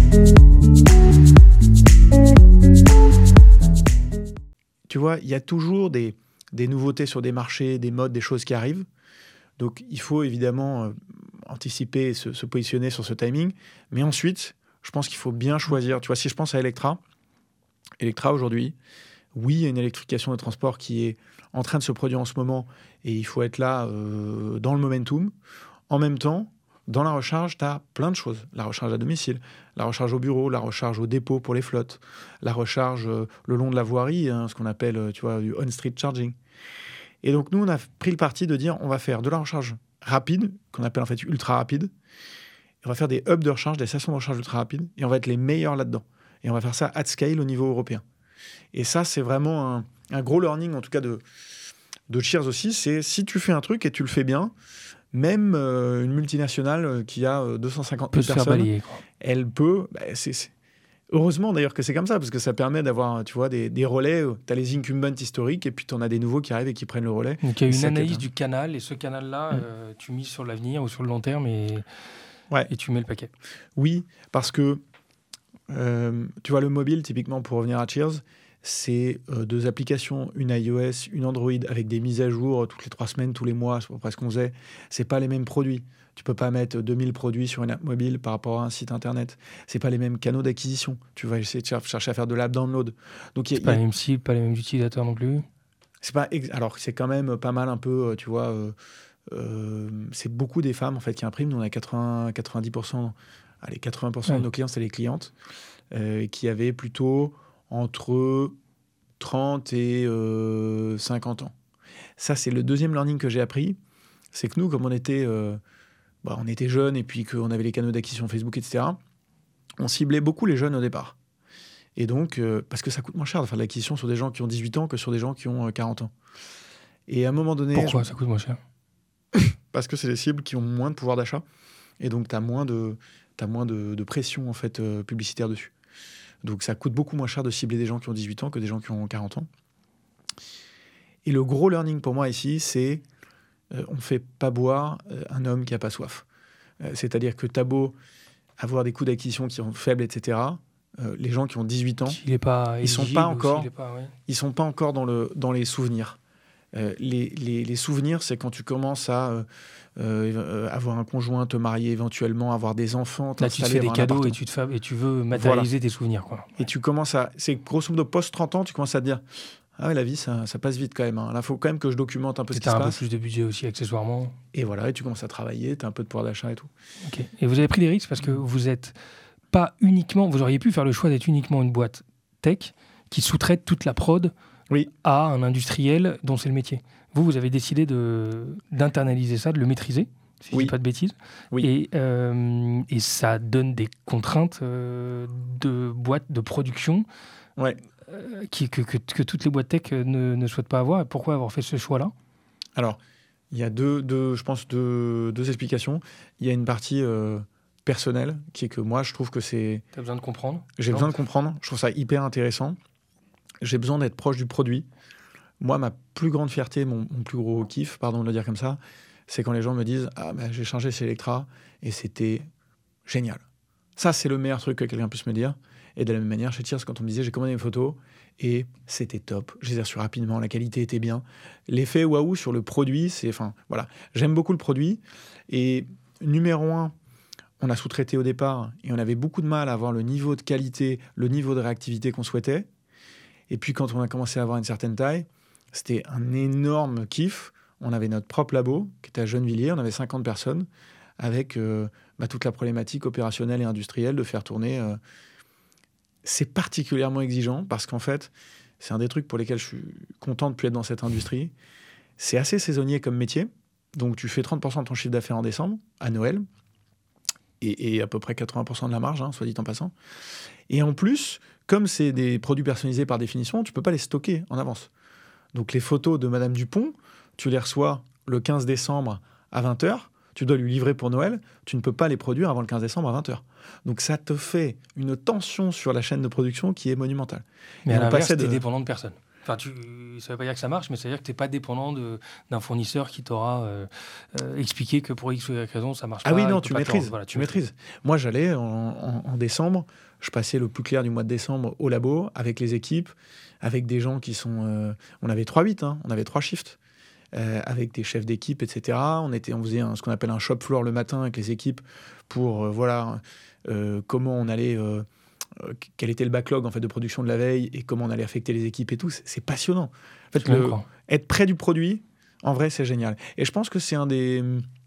Tu vois, il y a toujours des nouveautés sur des marchés, des modes, des choses qui arrivent. Donc, il faut évidemment anticiper et se positionner sur ce timing. Mais ensuite, je pense qu'il faut bien choisir. Tu vois, si je pense à Electra aujourd'hui, oui, il y a une électrification des transports qui est en train de se produire en ce moment et il faut être là dans le momentum. En même temps, dans la recharge, tu as plein de choses. La recharge à domicile, la recharge au bureau, la recharge au dépôt pour les flottes, la recharge le long de la voirie, ce qu'on appelle tu vois, du on-street charging. Et donc, nous, on a pris le parti de dire on va faire de la recharge rapide, qu'on appelle en fait ultra rapide. Et on va faire des hubs de recharge, des stations de recharge ultra rapides, et on va être les meilleurs là-dedans. Et on va faire ça at scale au niveau européen. Et ça, c'est vraiment un gros learning, en tout cas de Cheers aussi, c'est si tu fais un truc et tu le fais bien, même une multinationale qui a 250 000 personnes, balayer, quoi. Elle peut... Heureusement d'ailleurs que c'est comme ça, parce que ça permet d'avoir tu vois, des relais. Tu as les incumbents historiques et puis tu en as des nouveaux qui arrivent et qui prennent le relais. Donc il y a une analyse du canal, et ce canal-là, tu mises sur l'avenir ou sur le long terme et tu mets le paquet. Oui, parce que tu vois, le mobile, typiquement, pour revenir à Cheers, c'est 2 applications, une iOS, une Android, avec des mises à jour toutes les 3 semaines, tous les mois, c'est à peu près ce qu'on faisait. C'est pas les mêmes produits. Tu peux pas mettre 2000 produits sur une app mobile par rapport à un site internet. C'est pas les mêmes canaux d'acquisition. Tu vas essayer de chercher à faire de l'app download. Donc c'est pas les mêmes cibles, pas les mêmes utilisateurs non plus. Alors c'est quand même pas mal un peu, tu vois. C'est beaucoup des femmes en fait qui impriment. Nous on a 90%, allez 80% de nos clients, c'est les clientes qui avaient plutôt entre 30 et 50 ans. Ça, c'est le deuxième learning que j'ai appris. C'est que nous, comme on était jeunes et puis qu'on avait les canaux d'acquisition Facebook, etc., on ciblait beaucoup les jeunes au départ. Et donc, parce que ça coûte moins cher de faire de l'acquisition sur des gens qui ont 18 ans que sur des gens qui ont 40 ans. Et à un moment donné... Pourquoi ça coûte moins cher ? Parce que c'est des cibles qui ont moins de pouvoir d'achat. Et donc, tu as moins de pression en fait, publicitaire dessus. Donc, ça coûte beaucoup moins cher de cibler des gens qui ont 18 ans que des gens qui ont 40 ans. Et le gros learning pour moi ici, c'est on ne fait pas boire un homme qui n'a pas soif. C'est-à-dire que t'as beau avoir des coûts d'acquisition qui sont faibles, etc., les gens qui ont 18 ans, ils sont pas encore dans les souvenirs. Les souvenirs, c'est quand tu commences à avoir un conjoint, te marier éventuellement, avoir des enfants, là tu te fais des cadeaux et tu veux matérialiser tes souvenirs, quoi. Et tu commences c'est grosso modo post 30 ans, tu commences à te dire ah ouais, la vie ça passe vite quand même, hein. Là faut quand même que je documente un peu ce qui se passe. Tu as un peu plus de budget aussi accessoirement. Et voilà, et tu commences à travailler, tu as un peu de pouvoir d'achat et tout. Okay. Et vous avez pris des risques parce que vous êtes pas uniquement, vous auriez pu faire le choix d'être uniquement une boîte tech qui sous-traite toute la prod à un industriel dont c'est le métier. Vous avez décidé d'internaliser ça, de le maîtriser, si je ne dis pas de bêtises. Oui. Et ça donne des contraintes de boîte de production que toutes les boîtes tech ne souhaitent pas avoir. Pourquoi avoir fait ce choix-là ? Alors, il y a je pense deux explications. Il y a une partie personnelle qui est que moi, je trouve que c'est... Tu as besoin de comprendre ? J'ai besoin de comprendre. Je trouve ça hyper intéressant. J'ai besoin d'être proche du produit. Moi, ma plus grande fierté, mon plus gros kiff, pardon de le dire comme ça, c'est quand les gens me disent « Ah, j'ai changé chez Electra et c'était génial. » Ça, c'est le meilleur truc que quelqu'un puisse me dire. Et de la même manière, chez Cheers, quand on me disait « J'ai commandé mes photos et c'était top. Je les ai reçues rapidement, la qualité était bien. » L'effet waouh sur le produit, c'est... Enfin, voilà. J'aime beaucoup le produit. Et numéro 1, on a sous-traité au départ et on avait beaucoup de mal à avoir le niveau de qualité, le niveau de réactivité qu'on souhaitait. Et puis, quand on a commencé à avoir une certaine taille, c'était un énorme kiff. On avait notre propre labo, qui était à Gennevilliers. On avait 50 personnes, avec toute la problématique opérationnelle et industrielle de faire tourner. C'est particulièrement exigeant, parce qu'en fait, c'est un des trucs pour lesquels je suis content de plus être dans cette industrie. C'est assez saisonnier comme métier. Donc, tu fais 30% de ton chiffre d'affaires en décembre, à Noël, et à peu près 80% de la marge, soit dit en passant. Et en plus, comme c'est des produits personnalisés par définition, tu ne peux pas les stocker en avance. Donc les photos de Madame Dupont, tu les reçois le 15 décembre à 20h, tu dois lui livrer pour Noël, tu ne peux pas les produire avant le 15 décembre à 20h. Donc ça te fait une tension sur la chaîne de production qui est monumentale. Mais à l'inverse, tu es dépendant de personne. Enfin, ça veut pas dire que ça marche, mais ça veut dire que tu n'es pas dépendant d'un fournisseur qui t'aura expliqué que pour X ou Y raison, ça marche pas. Ah oui, non, tu maîtrises. Voilà, tu maîtrises. Moi, j'allais en décembre, je passais le plus clair du mois de décembre au labo avec les équipes, avec des gens qui sont... on avait 3-8, hein, on avait 3 shifts, avec des chefs d'équipe, etc. On faisait ce qu'on appelle un shop floor le matin avec les équipes pour comment on allait... quel était le backlog en fait, de production de la veille et comment on allait affecter les équipes et tout. C'est passionnant. En fait, être près du produit, en vrai, c'est génial. Et je pense que c'est un des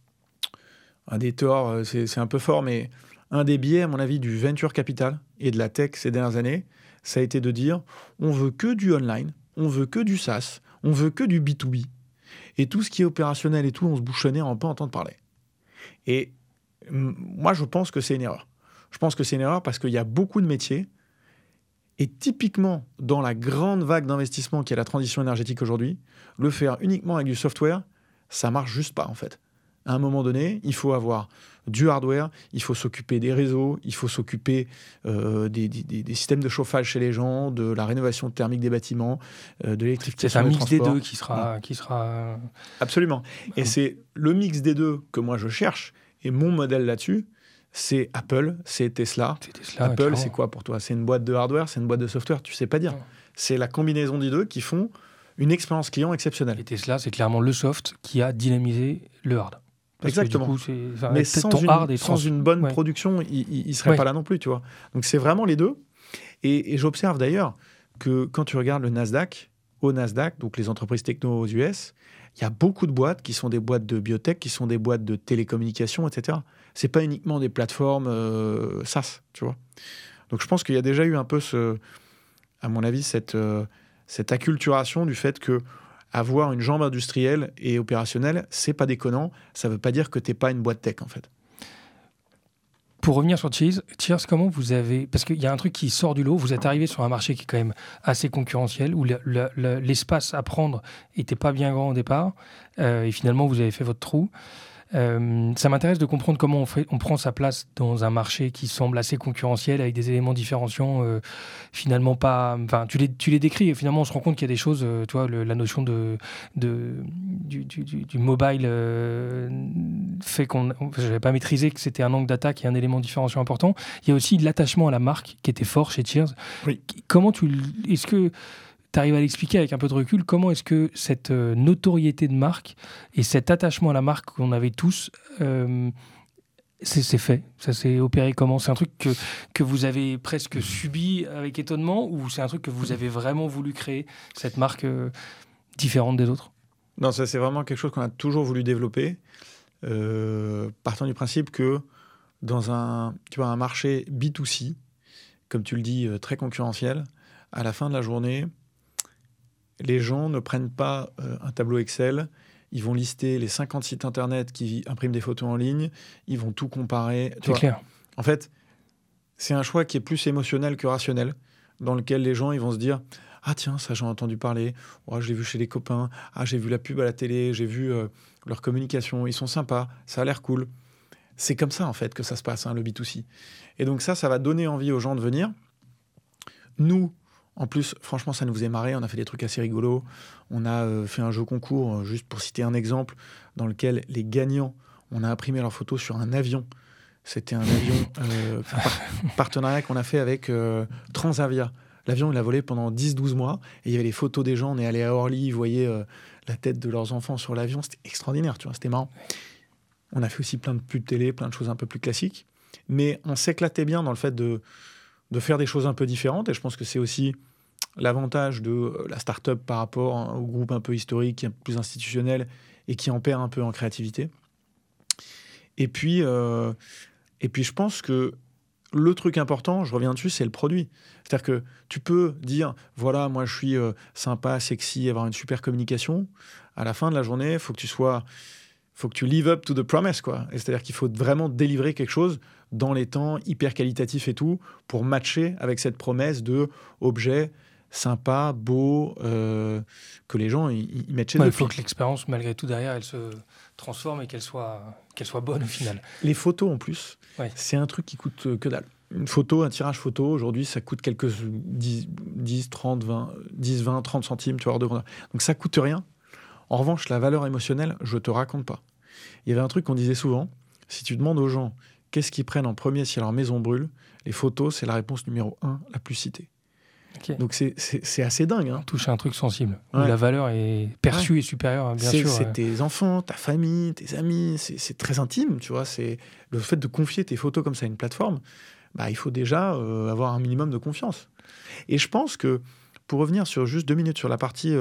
torts, c'est un peu fort, mais un des biais, à mon avis, du venture capital et de la tech ces dernières années, ça a été de dire on veut que du online, on veut que du SaaS, on veut que du B2B. Et tout ce qui est opérationnel et tout, on se bouchonnait en pas entendre parler. Et moi, je pense que c'est une erreur. Je pense que c'est une erreur parce qu'il y a beaucoup de métiers. Et typiquement, dans la grande vague d'investissement qui est la transition énergétique aujourd'hui, le faire uniquement avec du software, ça marche juste pas en fait. À un moment donné, il faut avoir du hardware, il faut s'occuper des réseaux, il faut s'occuper des systèmes de chauffage chez les gens, de la rénovation thermique des bâtiments, de l'électrification des transports. C'est un mix des deux qui sera... Absolument. Et c'est le mix des deux que moi je cherche. Et mon modèle là-dessus, c'est Apple, c'est Tesla. Apple, c'est quoi pour toi? C'est une boîte de hardware, c'est une boîte de software? Tu sais pas dire. C'est la combinaison des deux qui font une expérience client exceptionnelle. Et Tesla, c'est clairement le soft qui a dynamisé le hard. Exactement. Du coup, mais sans une bonne production, il ne serait pas là non plus, tu vois. Donc c'est vraiment les deux. Et j'observe d'ailleurs que quand tu regardes le Nasdaq, au Nasdaq, donc les entreprises techno aux US, il y a beaucoup de boîtes qui sont des boîtes de biotech, qui sont des boîtes de télécommunications, etc. C'est pas uniquement des plateformes SaaS, tu vois. Donc je pense qu'il y a déjà eu un peu à mon avis, cette acculturation du fait que avoir une jambe industrielle et opérationnelle, c'est pas déconnant. Ça veut pas dire que t'es pas une boîte tech, en fait. Pour revenir sur Cheers, comment vous avez... Parce qu'il y a un truc qui sort du lot. Vous êtes arrivé sur un marché qui est quand même assez concurrentiel, où l'espace à prendre n'était pas bien grand au départ. Et finalement, vous avez fait votre trou. Ça m'intéresse de comprendre comment on prend sa place dans un marché qui semble assez concurrentiel, avec des éléments différenciants, finalement pas... Enfin, tu les décris et finalement on se rend compte qu'il y a des choses, tu vois, la notion du mobile fait je n'avais pas maîtrisé que c'était un angle d'attaque et un élément différenciant important. Il y a aussi l'attachement à la marque qui était fort chez Cheers. Oui. Est-ce que tu arrives à l'expliquer avec un peu de recul, comment est-ce que cette notoriété de marque et cet attachement à la marque qu'on avait tous, c'est fait? Ça s'est opéré comment? C'est un truc que vous avez presque subi avec étonnement, ou c'est un truc que vous avez vraiment voulu créer, cette marque différente des autres? Non, ça c'est vraiment quelque chose qu'on a toujours voulu développer, partant du principe que dans un marché B2C, comme tu le dis, très concurrentiel, à la fin de la journée, les gens ne prennent pas un tableau Excel, ils vont lister les 50 sites internet qui impriment des photos en ligne, ils vont tout comparer. C'est clair. En fait, c'est un choix qui est plus émotionnel que rationnel, dans lequel les gens ils vont se dire « Ah tiens, ça j'en ai entendu parler, oh, je l'ai vu chez les copains, ah j'ai vu la pub à la télé, j'ai vu leur communication, ils sont sympas, ça a l'air cool ». C'est comme ça en fait que ça se passe, le B2C. Et donc ça va donner envie aux gens de venir. Nous, en plus, franchement, ça nous faisait marrer. On a fait des trucs assez rigolos. On a fait un jeu concours, juste pour citer un exemple, dans lequel les gagnants, on a imprimé leurs photos sur un avion. C'était un avion partenariat qu'on a fait avec Transavia. L'avion, il a volé pendant 10-12 mois. Et il y avait les photos des gens. On est allé à Orly, ils voyaient la tête de leurs enfants sur l'avion. C'était extraordinaire, tu vois. C'était marrant. On a fait aussi plein de pubs télé, plein de choses un peu plus classiques. Mais on s'éclatait bien dans le fait de faire des choses un peu différentes. Et je pense que c'est aussi l'avantage de la start-up par rapport au groupe un peu historique, un peu plus institutionnel et qui en perd un peu en créativité. Et puis je pense que le truc important, je reviens dessus, c'est le produit. C'est-à-dire que tu peux dire, voilà, moi je suis sympa, sexy, avoir une super communication. À la fin de la journée, il faut que tu live up to the promise, quoi. Et c'est-à-dire qu'il faut vraiment délivrer quelque chose dans les temps, hyper qualitatif et tout, pour matcher avec cette promesse de objet sympa, beau, que les gens ils mettent chez eux. Il faut que l'expérience, malgré tout, derrière, elle se transforme et qu'elle soit bonne au final. Les photos, en plus, c'est un truc qui coûte que dalle. une photo, un tirage photo, aujourd'hui, ça coûte quelques 10, 30, 20, 30 centimes, tu vois, hors de grandeur. Donc ça coûte rien. En revanche, la valeur émotionnelle, je te raconte pas. Il y avait un truc qu'on disait souvent, si tu demandes aux gens qu'est-ce qu'ils prennent en premier si leur maison brûle, les photos, c'est la réponse numéro 1 la plus citée. Okay. Donc c'est assez dingue. Hein. Touche à un truc sensible, où la valeur est perçue et supérieure, bien sûr. C'est tes enfants, ta famille, tes amis, c'est très intime, tu vois. C'est le fait de confier tes photos comme ça à une plateforme, il faut déjà avoir un minimum de confiance. Et je pense que, pour revenir sur juste 2 minutes sur la partie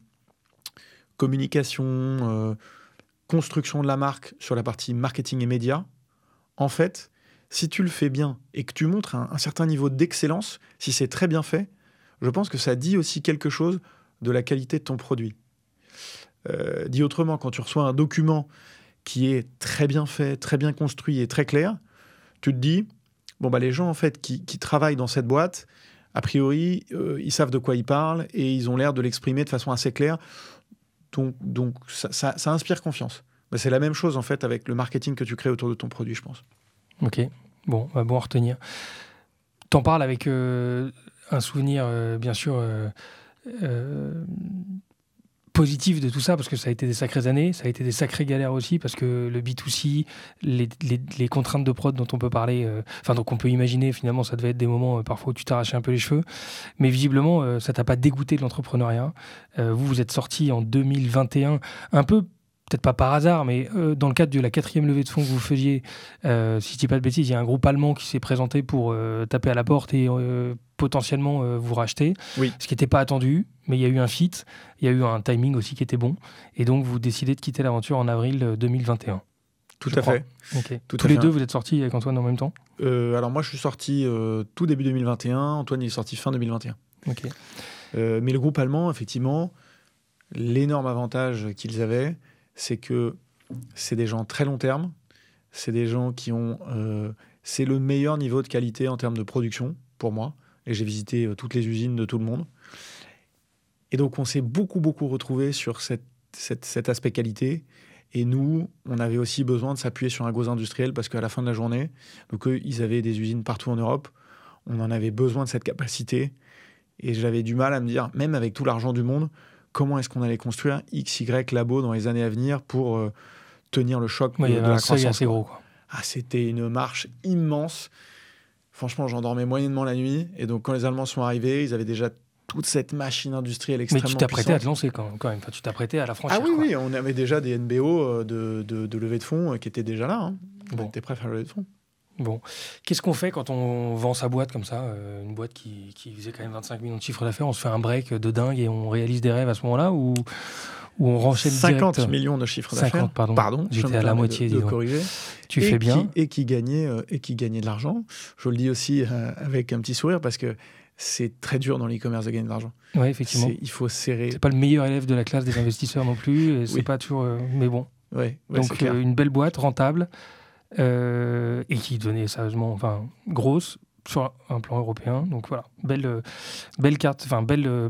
communication, construction de la marque, sur la partie marketing et médias, en fait, si tu le fais bien et que tu montres un certain niveau d'excellence, si c'est très bien fait, je pense que ça dit aussi quelque chose de la qualité de ton produit. Dit autrement, quand tu reçois un document qui est très bien fait, très bien construit et très clair, tu te dis, les gens en fait qui travaillent dans cette boîte, a priori, ils savent de quoi ils parlent et ils ont l'air de l'exprimer de façon assez claire. Donc ça inspire confiance. C'est la même chose en fait avec le marketing que tu crées autour de ton produit, je pense. Ok, bon à retenir. T'en parles avec un souvenir, bien sûr, positif de tout ça, parce que ça a été des sacrées années, ça a été des sacrées galères aussi, parce que le B2C, les contraintes de prod dont on peut parler, donc on peut imaginer, finalement, ça devait être des moments parfois où tu t'arrachais un peu les cheveux, mais visiblement, ça t'a pas dégoûté de l'entrepreneuriat. Vous êtes sorti en 2021, un peu, peut-être pas par hasard, mais dans le cadre de la 4e levée de fonds que vous faisiez, si je dis pas de bêtises, il y a un groupe allemand qui s'est présenté pour taper à la porte et potentiellement vous racheter, ce qui n'était pas attendu, mais il y a eu un fit, il y a eu un timing aussi qui était bon, et donc vous décidez de quitter l'aventure en avril 2021. Tout à fait. Okay. Tous les deux, vous êtes sortis avec Antoine en même temps ? Alors moi, je suis sorti tout début 2021, Antoine il est sorti fin 2021. Okay. Mais le groupe allemand, effectivement, l'énorme avantage qu'ils avaient, c'est que c'est des gens très long terme, c'est des gens qui ont... c'est le meilleur niveau de qualité en termes de production, pour moi. Et j'ai visité toutes les usines de tout le monde. Et donc, on s'est beaucoup retrouvé sur cet aspect qualité. Et nous, on avait aussi besoin de s'appuyer sur un gros industriel parce qu'à la fin de la journée, donc eux, ils avaient des usines partout en Europe. On en avait besoin de cette capacité. Et j'avais du mal à me dire, même avec tout l'argent du monde, comment est-ce qu'on allait construire XY labo dans les années à venir pour tenir le choc de la croissance. Assez gros, quoi. C'était une marche immense. Franchement, j'endormais moyennement la nuit. Et donc, quand les Allemands sont arrivés, ils avaient déjà toute cette machine industrielle extrêmement puissante. Mais tu t'apprêtais à te lancer quand même. Enfin, tu t'apprêtais à la franchir. Ah oui, on avait déjà des NBO de levée de fonds qui étaient déjà là. On était prêts à faire la levée de fonds. Bon. Qu'est-ce qu'on fait quand on vend sa boîte comme ça, une boîte qui faisait quand même 25 millions de chiffre d'affaires, on se fait un break de dingue et on réalise des rêves à ce moment-là ou on renchaîne 50 direct... millions de chiffre d'affaires. 50, pardon. J'étais à la moitié, de corriger. Tu fais bien. Et qui gagnait de l'argent. Je le dis aussi avec un petit sourire parce que c'est très dur dans l'e-commerce de gagner de l'argent. Oui, effectivement. Il faut serrer. C'est pas le meilleur élève de la classe des investisseurs non plus. Et c'est pas toujours... mais bon. Ouais, donc, une belle boîte, rentable, et qui devenait sérieusement grosse sur un plan européen. Donc voilà, belle carte, belle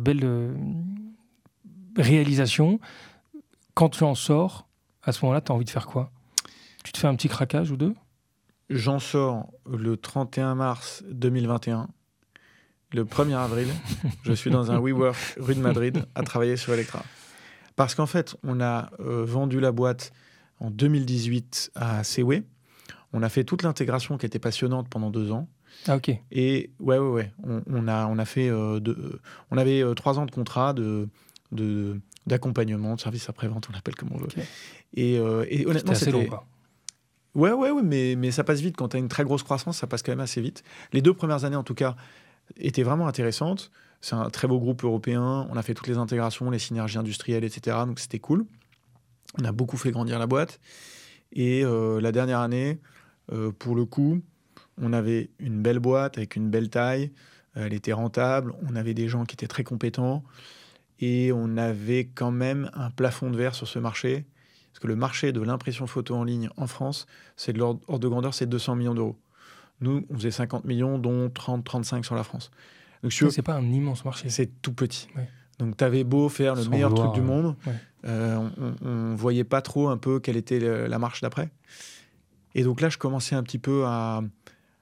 réalisation. Quand tu en sors, à ce moment-là, tu as envie de faire quoi ? Tu te fais un petit craquage ou deux ? J'en sors le 31 mars 2021. Le 1er avril, je suis dans un WeWork rue de Madrid à travailler sur Electra. Parce qu'en fait, on a vendu la boîte en 2018 à Seaway. On a fait toute l'intégration qui était passionnante pendant 2 ans. Ah, ok. Et ouais. On a fait... on avait 3 ans de contrat d'accompagnement, de service après-vente, on l'appelle comme on veut. Okay. Et honnêtement, c'était... assez long, quoi. Ouais, mais ça passe vite. Quand tu as une très grosse croissance, ça passe quand même assez vite. Les 2 premières années, en tout cas, étaient vraiment intéressantes. C'est un très beau groupe européen. On a fait toutes les intégrations, les synergies industrielles, etc. Donc, c'était cool. On a beaucoup fait grandir la boîte. Et la dernière année, pour le coup, on avait une belle boîte avec une belle taille. Elle était rentable. On avait des gens qui étaient très compétents. Et on avait quand même un plafond de verre sur ce marché. Parce que le marché de l'impression photo en ligne en France, c'est de l'ordre de grandeur, c'est 200 millions d'euros. Nous, on faisait 50 millions, dont 30-35 sur la France. Donc, c'est pas un immense marché. C'est tout petit. Ouais. Donc, tu avais beau faire le meilleur truc du monde, ouais. On ne voyait pas trop un peu quelle était la marche d'après. Et donc là, je commençais un petit peu à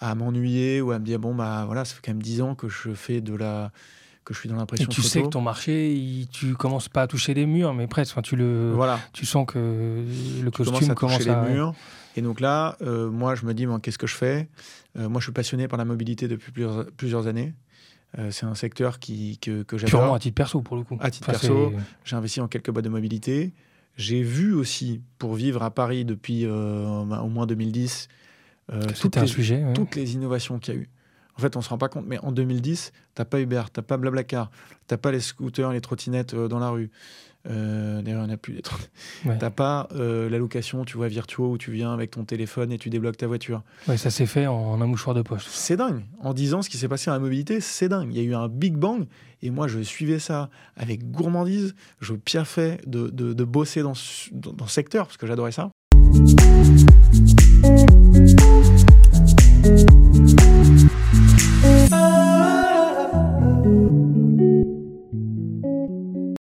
à m'ennuyer ou à me dire bon bah voilà, ça fait quand même 10 ans que je fais que je suis dans l'impression photo. Et tu photo. sais que ton marché, tu commences pas à toucher les murs, mais presque. Enfin, tu sens que le costume commence à toucher les murs. Et donc là, moi, je me dis, qu'est-ce que je fais ? Moi, je suis passionné par la mobilité depuis plusieurs années. C'est un secteur que j'adore. Purement à titre perso, pour le coup. À titre perso, j'ai investi dans quelques boîtes de mobilité. J'ai vu aussi, pour vivre à Paris depuis au moins 2010, toutes les innovations qu'il y a eu. En fait, on ne se rend pas compte, mais en 2010, tu n'as pas Uber, tu n'as pas Blablacar, tu n'as pas les scooters, les trottinettes dans la rue. D'ailleurs, il n'y en a plus. Tu n'as pas la location, tu vois, Virtuo, où tu viens avec ton téléphone et tu débloques ta voiture. Ouais, ça s'est fait en un mouchoir de poche. C'est dingue. En 10 ans, ce qui s'est passé dans la mobilité, c'est dingue. Il y a eu un Big Bang et moi, je suivais ça avec gourmandise. Je piaffais de bosser dans ce secteur parce que j'adorais ça.